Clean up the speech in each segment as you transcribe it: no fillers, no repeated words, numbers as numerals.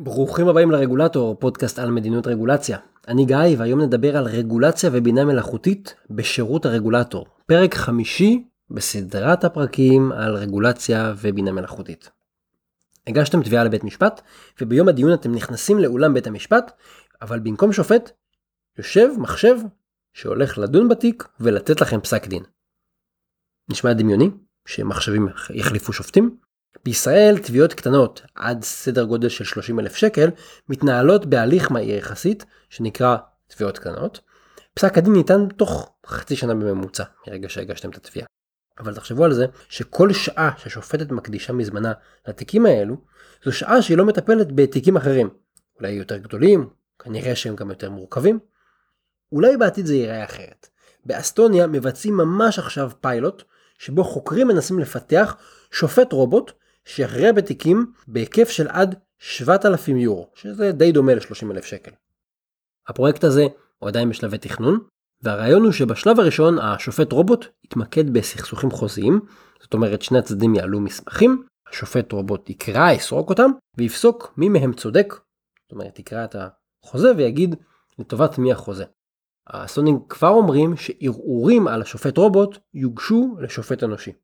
ברוכים הבאים לרגולטור, פודקאסט על מדיניות רגולציה. אני גיא, והיום נדבר על רגולציה ובינה מלאכותית בשירות הרגולטור. פרק 5 בסדרת הפרקים על רגולציה ובינה מלאכותית. הגשתם תביעה לבית משפט, וביום הדיון אתם נכנסים לאולם בית המשפט, אבל במקום שופט, יושב מחשב שהולך לדון בתיק ולתת לכם פסק דין. נשמע דמיוני שמחשבים יחליפו שופטים? בישראל תביעות קטנות עד סדר גודל של 30,000 שקל מתנהלות בהליך מהיר יחסית שנקרא תביעות קטנות. פסק הדין ניתן תוך חצי שנה בממוצע מרגע שהגשתם את התביעה. אבל תחשבו על זה שכל שעה שהשופטת מקדישה מזמנה לתיקים האלו, זו שעה שהיא לא מטפלת בתיקים אחרים. אולי יותר גדולים, כנראה שהם גם יותר מורכבים. אולי בעתיד זה ייראה אחרת. באסטוניה מבצעים ממש עכשיו פיילוט שבו חוקרים מנסים לפתח שופט רובוט שיכריע בתיקים בהיקף של עד 7,000 יורו, שזה די דומה ל-30,000 שקל. הפרויקט הזה הוא עדיין בשלבי תכנון, והרעיון הוא שבשלב הראשון השופט רובוט יתמקד בסכסוכים חוזיים, זאת אומרת שני הצדדים יעלו מסמכים, השופט רובוט יקרא, יסרוק אותם, ויפסוק מי מהם צודק, זאת אומרת יקרא את החוזה ויגיד לטובת מי החוזה. האסטונים כבר אומרים שערעורים על השופט רובוט יוגשו לשופט אנושי.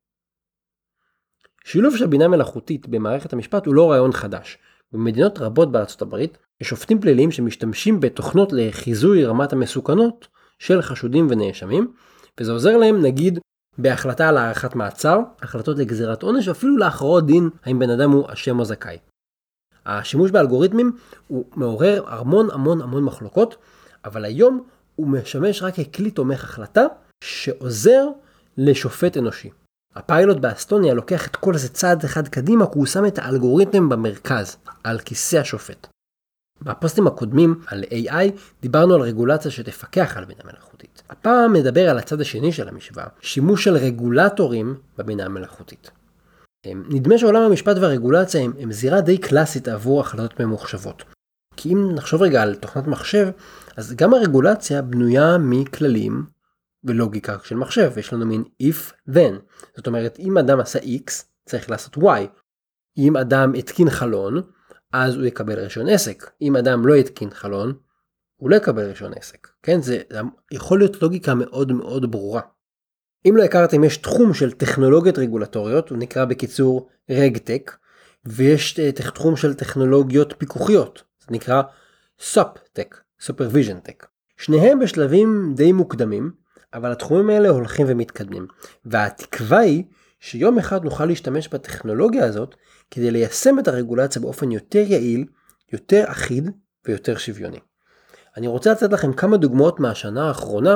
שילוב של בינה מלאכותית במערכת המשפט הוא לא רעיון חדש. במדינות רבות בארצות הברית יש שופטים פליליים שמשתמשים בתוכנות לחיזוי רמת המסוכנות של חשודים ונאשמים, וזה עוזר להם נגיד בהחלטה על הארכת מעצר, החלטות לגזירת עונש, ואפילו להכרעות דין האם בן אדם הוא אשם או זכאי. השימוש באלגוריתמים הוא מעורר המון מחלוקות, אבל היום הוא משמש רק ככלי תומך החלטה שעוזר לשופט אנושי. הפיילוט באסטוניה לוקח את כל זה צעד אחד קדימה, כי הוא שם את האלגוריתם במרכז, על כיסא השופט. בפוסטים הקודמים על AI דיברנו על רגולציה שתפקח על בינה מלאכותית. הפעם נדבר על הצד השני של המשוואה, שימוש של רגולטורים בבינה המלאכותית. נדמה שעולם המשפט והרגולציה הם זירה די קלאסית עבור החלטות ממוחשבות. כי אם נחשוב רגע על תוכנת מחשב, אז גם הרגולציה בנויה מכללים ולוגיקה של מחשב. יש לנו מין if then. זאת אומרת, אם אדם עשה X, צריך לעשות Y. אם אדם התקין חלון, אז הוא יקבל רישיון עסק. אם אדם לא התקין חלון, הוא לא יקבל רישיון עסק. כן? זה יכול להיות לוגיקה מאוד ברורה. אם לא הכרתם, יש תחום של טכנולוגיות רגולטוריות, הוא נקרא בקיצור רגטק, ויש תחום של טכנולוגיות פיקוחיות, זה נקרא SupTech, Supervision Tech. שניהם בשלבים די מוקדמים, אבל התחומים האלה הולכים ומתקדמים. והתקווה היא שיום אחד נוכל להשתמש בטכנולוגיה הזאת, כדי ליישם את הרגולציה באופן יותר יעיל, יותר אחיד ויותר שוויוני. אני רוצה לתת לכם כמה דוגמאות מהשנה האחרונה,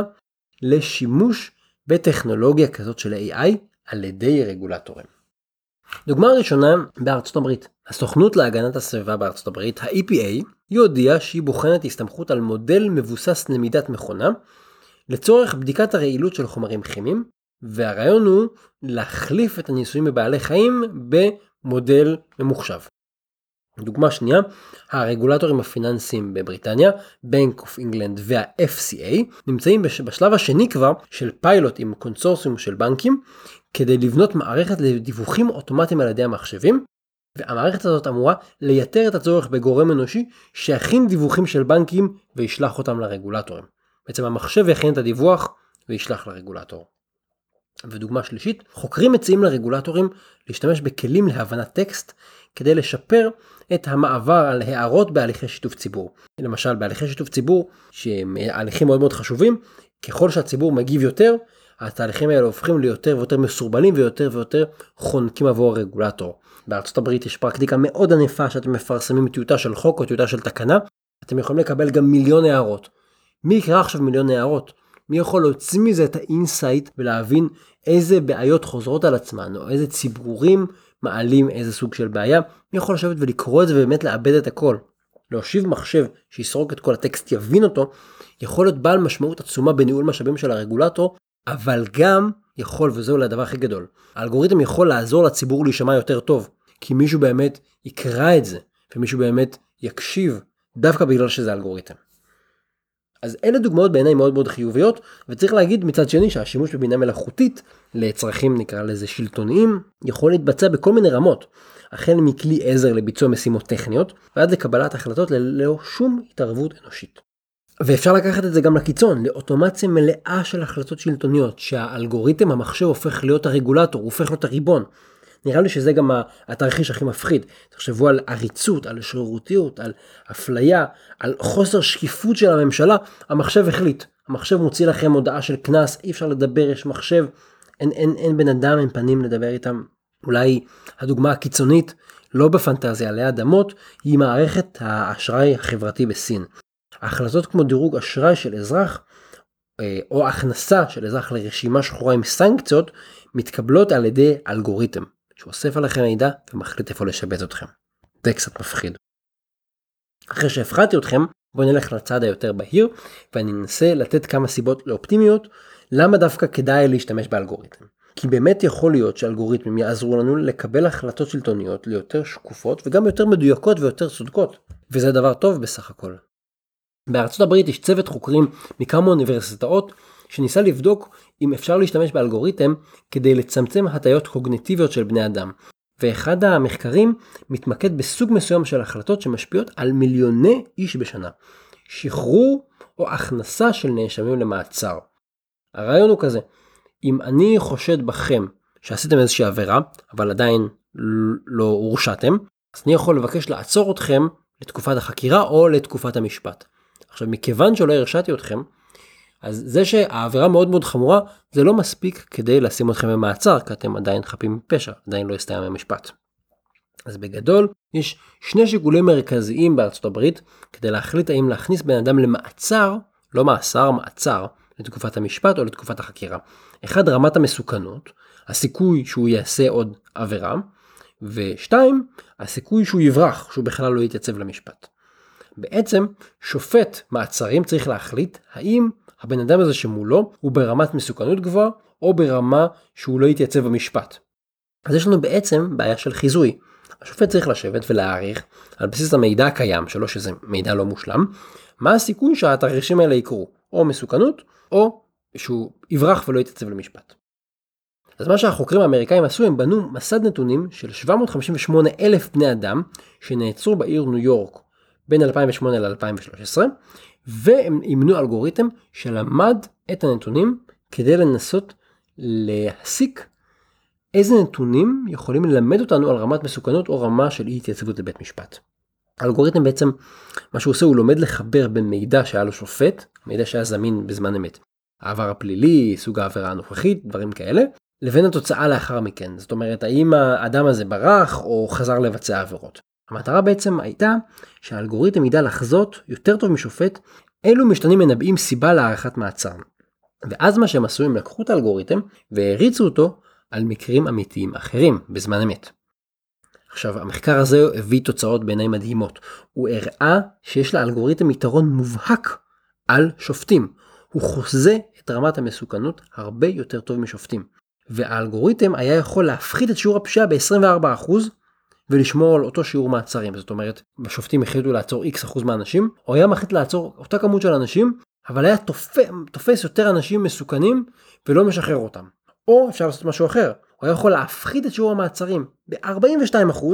לשימוש בטכנולוגיה כזאת של AI על ידי רגולטורים. דוגמה ראשונה בארצות הברית. הסוכנות להגנת הסביבה בארצות הברית, ה-EPA, היא הודיעה שהיא בוחנת הסתמכות על מודל מבוסס למידת מכונה, לצורך בדיקת הרעילות של חומרים כימיים, והרעיון הוא להחליף את הניסויים בבעלי חיים במודל ממוחשב. דוגמה שנייה, הרגולטורים הפיננסיים בבריטניה, Bank of England וה-FCA, נמצאים בשלב השני כבר של פיילוט עם קונסורסיום של בנקים, כדי לבנות מערכת לדיווחים אוטומטיים על ידי המחשבים, והמערכת הזאת אמורה לייתר את הצורך בגורם אנושי שיכין דיווחים של בנקים וישלח אותם לרגולטורים. בעצם המחשב יכין את הדיווח וישלח לרגולטור. ודוגמה שלישית, חוקרים מציעים לרגולטורים להשתמש בכלים להבנת טקסט כדי לשפר את המעבר על הערות בהליכי שיתוף ציבור. למשל, בהליכי שיתוף ציבור, שהם הליכים מאוד חשובים, ככל שהציבור מגיב יותר, התהליכים האלה הופכים ליותר ויותר מסורבלים ויותר חונקים עבור הרגולטור. בארצות הברית יש פרקטיקה מאוד ענפה שאתם מפרסמים טיוטה של חוק או טיוטה של תקנה, אתם יכולים לקבל גם מיליון הערות. מי יקרא עכשיו מיליון הערות? מי יכול להוציא מזה את האינסייט ולהבין איזה בעיות חוזרות על עצמן, או איזה ציבורים מעלים איזה סוג של בעיה? מי יכול לשבת ולקרוא את זה ובאמת לאבד את הכל? להושיב מחשב שיסרוק את כל הטקסט, יבין אותו, יכול להיות בעל משמעות עצומה בניהול משאבים של הרגולטור, אבל גם יכול, וזהו לדבר הכי גדול, האלגוריתם יכול לעזור לציבור להישמע יותר טוב, כי מישהו באמת יקרא את זה, ומישהו באמת יקשיב, דווקא בגלל שזה אלגוריתם. אז אלה דוגמאות בעיניי מאוד מאוד חיוביות, וצריך להגיד מצד שני שהשימוש בבינה מלאכותית לצרכים נקרא לזה שלטוניים, יכול להתבצע בכל מיני רמות, החל מכלי עזר לביצוע משימות טכניות, ועד לקבלת החלטות ללא שום התערבות אנושית. ואפשר לקחת את זה גם לקיצון, לאוטומציה מלאה של החלטות שלטוניות, שהאלגוריתם המחשב הופך להיות הרגולטור, הוא הופך להיות הריבון. נראה לי שזה גם התרחיש הכי מפחיד. תחשבו על עריצות, על שרירותיות, על אפליה, על חוסר שקיפות של הממשלה. המחשב החליט. המחשב מוציא לכם הודעה של כנס, אי אפשר לדבר, יש מחשב, אין בן אדם, אין פנים לדבר איתם. אולי הדוגמה הקיצונית, לא בפנטזיה, עלי אדמות, היא מערכת האשראי החברתי בסין. ההחלטות כמו דירוג אשראי של אזרח, או הכנסה של אזרח לרשימה שחורה עם סנקציות, מתקבלות על ידי אלגוריתם, שאוסף עליכם מידע ומחליט איפה לשבץ אתכם. זה קצת מפחיד. אחרי שהפחדתי אתכם, בואו נלך לצד היותר בהיר, ואני אנסה לתת כמה סיבות לאופטימיות, למה דווקא כדאי להשתמש באלגוריתם. כי באמת יכול להיות שאלגוריתמים יעזרו לנו לקבל החלטות שלטוניות ליותר שקופות, וגם יותר מדויקות ויותר צודקות. וזה דבר טוב בסך הכל. בארצות הברית יש צוות חוקרים מכמה אוניברסיטאות שניסה לבדוק אם אפשר להשתמש באלגוריתם כדי לצמצם הטיות קוגניטיביות של בני אדם. ואחד המחקרים מתמקד בסוג מסוים של החלטות שמשפיעות על מיליוני איש בשנה. שחרור או הכנסה של נאשמים למעצר. הרעיון הוא כזה, אם אני חושד בכם שעשיתם איזושהי עבירה, אבל עדיין לא הורשעתם, אז אני יכול לבקש לעצור אתכם לתקופת החקירה או לתקופת המשפט. עכשיו, מכיוון שלא הרשעתי אתכם, אז זה שהעבירה מאוד מאוד חמורה, זה לא מספיק כדי לשים אתכם במעצר, כי אתם עדיין חפים מפשע, עדיין לא הסתיים המשפט. אז בגדול, יש שני שיקולים מרכזיים בארצות הברית, כדי להחליט האם להכניס בן אדם למעצר, לא מאסר, מעצר, לתקופת המשפט או לתקופת החקירה. אחד, רמת המסוכנות, הסיכוי שהוא יעשה עוד עבירה, ושתיים, הסיכוי שהוא יברח, שהוא בכלל לא יתייצב למשפט. בעצם, שופט מעצרים צריך להחליט האם הבן אדם הזה שמולו הוא ברמת מסוכנות גבוהה, או ברמה שהוא לא יתייצב במשפט. אז יש לנו בעצם בעיה של חיזוי. השופט צריך לשבת ולהעריך, על בסיס המידע הקיים שלו, שזה מידע לא מושלם, מה הסיכוי שהתרחישים האלה יקרו, או מסוכנות, או שהוא יברח ולא יתייצב למשפט. אז מה שהחוקרים האמריקאים עשו, הם בנו מסד נתונים של 758,000 בני אדם, שנעצרו בעיר ניו יורק, בין 2008 ל-2013, והם אימנו אלגוריתם שלמד את הנתונים כדי לנסות להסיק איזה נתונים יכולים ללמד אותנו על רמת מסוכנות או רמה של אי התייצבות לבית משפט. האלגוריתם בעצם, מה שהוא עושה, הוא לומד לחבר בין מידע שהיה לו שופט, מידע שהיה זמין בזמן אמת, העבר הפלילי, סוג העבירה הנוכחית, דברים כאלה, לבין התוצאה לאחר מכן. זאת אומרת, האם האדם הזה ברח או חזר לבצע עבירות. המטרה בעצם הייתה שהאלגוריתם ידע לחזות יותר טוב משופט אילו משתנים מנבאים סיבה להארכת מעצר. ואז מה שהם עשו, הם לקחו את האלגוריתם והריצו אותו על מקרים אמיתיים אחרים בזמן אמת. עכשיו, המחקר הזה הביא תוצאות בעיניי מדהימות. הוא הראה שיש לאלגוריתם יתרון מובהק על שופטים. הוא חוזה את רמת המסוכנות הרבה יותר טוב משופטים. והאלגוריתם היה יכול להפחית את שיעור הפשיעה ב-24%, ולשמור על אותו שיעור מעצרים. זאת אומרת, השופטים החליטו לעצור X% מהאנשים, או היה מחליט לעצור אותה כמות של אנשים, אבל היה תופס יותר אנשים מסוכנים, ולא משחרר אותם. או אפשר לעשות משהו אחר, הוא היה יכול להפחית את שיעור המעצרים ב-42%,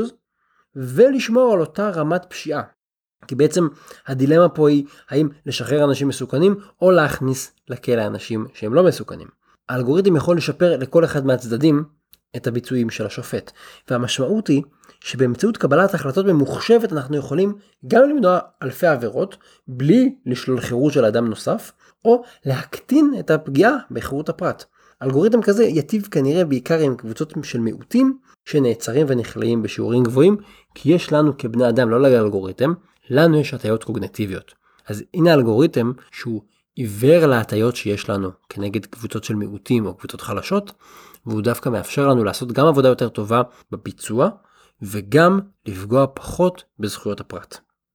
ולשמור על אותה רמת פשיעה. כי בעצם הדילמה פה היא, האם לשחרר אנשים מסוכנים, או להכניס לכלא אנשים שהם לא מסוכנים. האלגוריתם יכול לשפר לכל אחד מהצדדים את הביצועים של השופט. והמשמעות היא שבאמצעות קבלת החלטות ממוחשבת אנחנו יכולים גם למנוע אלפי עבירות בלי לשלול חירות של אדם נוסף, או להקטין את הפגיעה בחירות הפרט. אלגוריתם כזה יטיב כנראה בעיקר עם קבוצות של מיעוטים שנעצרים ונכלאים בשיעורים גבוהים, כי יש לנו כבני אדם, לא לאלגוריתם, לנו יש הטיות קוגניטיביות. אז הנה האלגוריתם שהוא עיוור להטיות שיש לנו כנגד קבוצות של מיעוטים או קבוצות חלשות, והוא דווקא מאפשר לנו לעשות גם עבודה יותר טובה בביצוע, וגם לפגוע פחות בזכויות הפרט.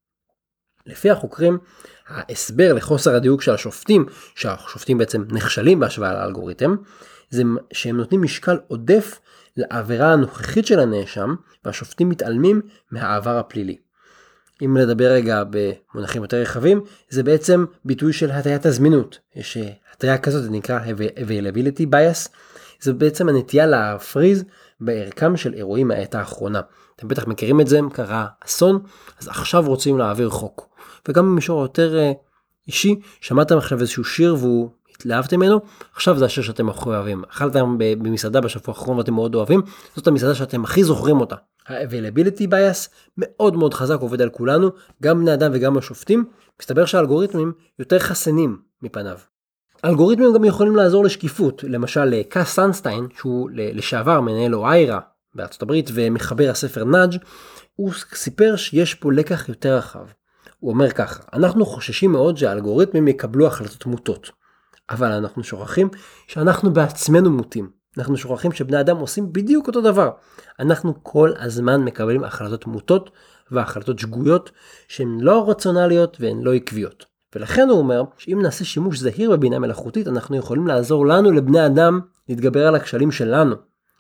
לפי החוקרים, ההסבר לחוסר הדיוק של השופטים, שהשופטים בעצם נכשלים בהשוואה לאלגוריתם, זה שהם נותנים משקל עודף לעבירה הנוכחית של הנאשם, והשופטים מתעלמים מהעבר הפלילי. אם לדבר רגע במונחים יותר רחבים, זה בעצם ביטוי של הטיית הזמינות. יש הטיה כזאת, זה נקרא availability bias, זה בעצם הנטייה להפריז בערכם של אירועים מהעת האחרונה. אתם בטח מכירים את זה, קרה אסון, אז עכשיו רוצים להעביר חוק. וגם במישור יותר אישי, שמעתם עכשיו איזשהו שיר והוא התלהבתם ממנו, עכשיו זה השיר שאתם הכי אוהבים. אכלתם במסעדה בשבוע האחרון ואתם מאוד אוהבים, זאת המסעדה שאתם הכי זוכרים אותה. ה-availability bias מאוד מאוד חזק, עובד על כולנו, גם בני אדם וגם השופטים. מסתבר שהאלגוריתמים יותר חסנים מפניו. אלגוריתמים גם יכולים לעזור לשקיפות, למשל קאס סנסטיין, שהוא לשעבר מנהל אויירה בארצות הברית ומחבר הספר נאג', הוא סיפר שיש פה לקח יותר רחב. הוא אומר ככה, אנחנו חוששים מאוד שהאלגוריתמים יקבלו החלטות מוטות, אבל אנחנו שוכחים שאנחנו בעצמנו מוטים. אנחנו שוכחים שבני אדם עושים בדיוק אותו דבר. אנחנו כל הזמן מקבלים החלטות מוטות והחלטות שגויות שהן לא רציונליות והן לא עקביות. ולכן הוא אומר שאם נעשה שימוש זהיר בבינה מלאכותית, אנחנו יכולים לעזור לנו לבני אדם להתגבר על הכשלים שלנו.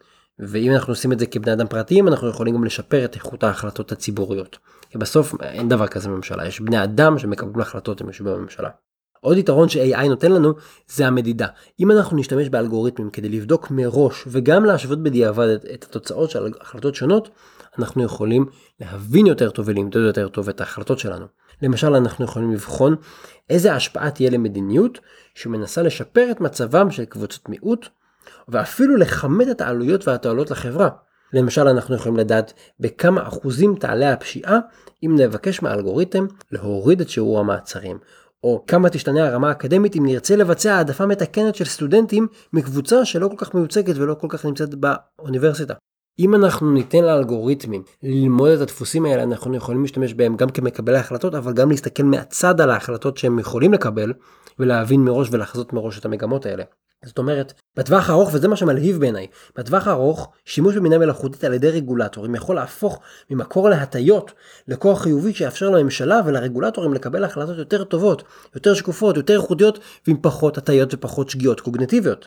ואם אנחנו עושים את זה כבני אדם פרטיים, אנחנו יכולים גם לשפר את איכות ההחלטות הציבוריות. כי בסוף אין דבר כזה בממשלה, יש בני אדם שמקבלים החלטות הם יושבים בממשלה. עוד יתרון ש-AI נותן לנו זה המדידה. אם אנחנו נשתמש באלגוריתמים כדי לבדוק מראש וגם להשוות בדיעבד את התוצאות של החלטות שונות, אנחנו יכולים להבין יותר טוב ולמדוד יותר טוב את ההחלטות שלנו. למשל, אנחנו יכולים לבחון איזה השפעה תהיה למדיניות שמנסה לשפר את מצבם של קבוצות מיעוט, ואפילו לכמת את העלויות והתועלות לחברה. למשל, אנחנו יכולים לדעת בכמה אחוזים תעלה הפשיעה אם נבקש מהאלגוריתם להוריד את שיעור המעצרים, או כמה תשתנה הרמה האקדמית אם נרצה לבצע העדפה מתקנת של סטודנטים מקבוצה שלא כל כך מיוצגת ולא כל כך נמצאת באוניברסיטה. אם אנחנו ניתן לאלגוריתמים ללמוד את הדפוסים האלה, אנחנו יכולים להשתמש בהם גם כמקבלי ההחלטות, אבל גם להסתכל מהצד על ההחלטות שהם יכולים לקבל, ולהבין מראש ולחזות מראש את המגמות האלה. זאת אומרת, בטווח הארוך, וזה מה שמלהיב בעיניי, בטווח הארוך, שימוש בבינה מלאכותית על ידי רגולטורים יכול להפוך ממקור להטיות לכוח חיובי שיאפשר לממשלה ולרגולטורים לקבל החלטות יותר טובות, יותר שקופות, יותר איכותיות, ועם פחות הטיות ופחות שגיאות קוגניטיביות.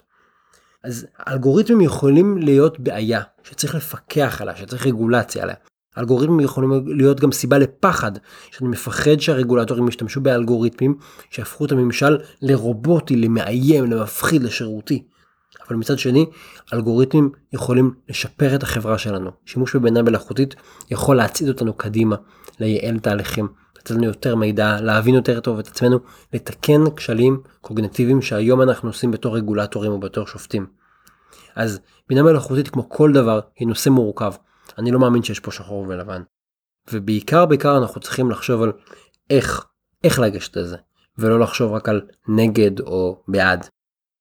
אז אלגוריתמים יכולים להיות בעיה שצריך לפקח עליה, שצריך רגולציה עליה. אלגוריתמים יכולים להיות גם סיבה לפחד, שאני מפחד שהרגולטורים ישתמשו באלגוריתמים שהפכו את הממשל לרובוטי, למאיים, למפחיד, לשירותי. אבל מצד שני, אלגוריתמים יכולים לשפר את החברה שלנו. שימוש בבינה מלאכותית יכול להצעיד אותנו קדימה, לייעל תהליכים, לתת לנו יותר מידע, להבין יותר טוב את עצמנו, לתקן כשלים קוגניטיביים שהיום אנחנו עושים בתור רגולטורים או בתור שופטים. אז בינה מלאכותית כמו כל דבר היא נושא מורכב. אני לא מאמין שיש פה שחור ולבן. ובעיקר אנחנו צריכים לחשוב על איך לגשת לזה, ולא לחשוב רק על נגד או בעד.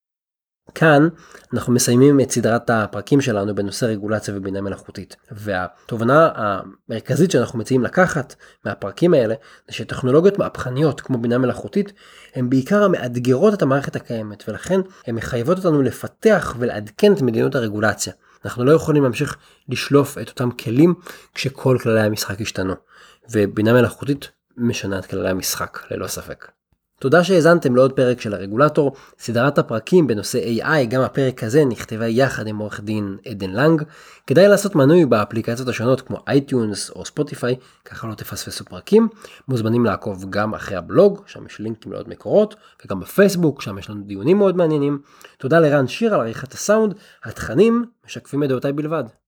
כאן אנחנו מסיימים את סדרת הפרקים שלנו בנושא רגולציה ובינה מלאכותית. והתובנה המרכזית שאנחנו מציעים לקחת מהפרקים האלה, זה שטכנולוגיות מהפכניות כמו בינה מלאכותית, הן בעיקר המאתגרות את המערכת הקיימת, ולכן הן מחייבות אותנו לפתח ולעדכן את מדיניות הרגולציה. אנחנו לא יכולים להמשיך לשלוף את אותם כלים כשכל כללי המשחק השתנו. ובינה מלאכותית משנה את כללי המשחק, ללא ספק. תודה שהאזנתם לעוד פרק של הרגולטור. סדרת הפרקים בנושא AI, גם הפרק הזה נכתבה יחד עם עורך דין עדן לנג. כדאי לעשות מנוי באפליקציות השונות כמו iTunes או ספוטיפיי, ככה לא תפספסו פרקים. מוזמנים לעקוב גם אחרי הבלוג, שם יש לינקים לעוד מקורות, וגם בפייסבוק, שם יש לנו דיונים מאוד מעניינים. תודה לרן שיר על עריכת הסאונד. התכנים משקפים את דעותיי בלבד.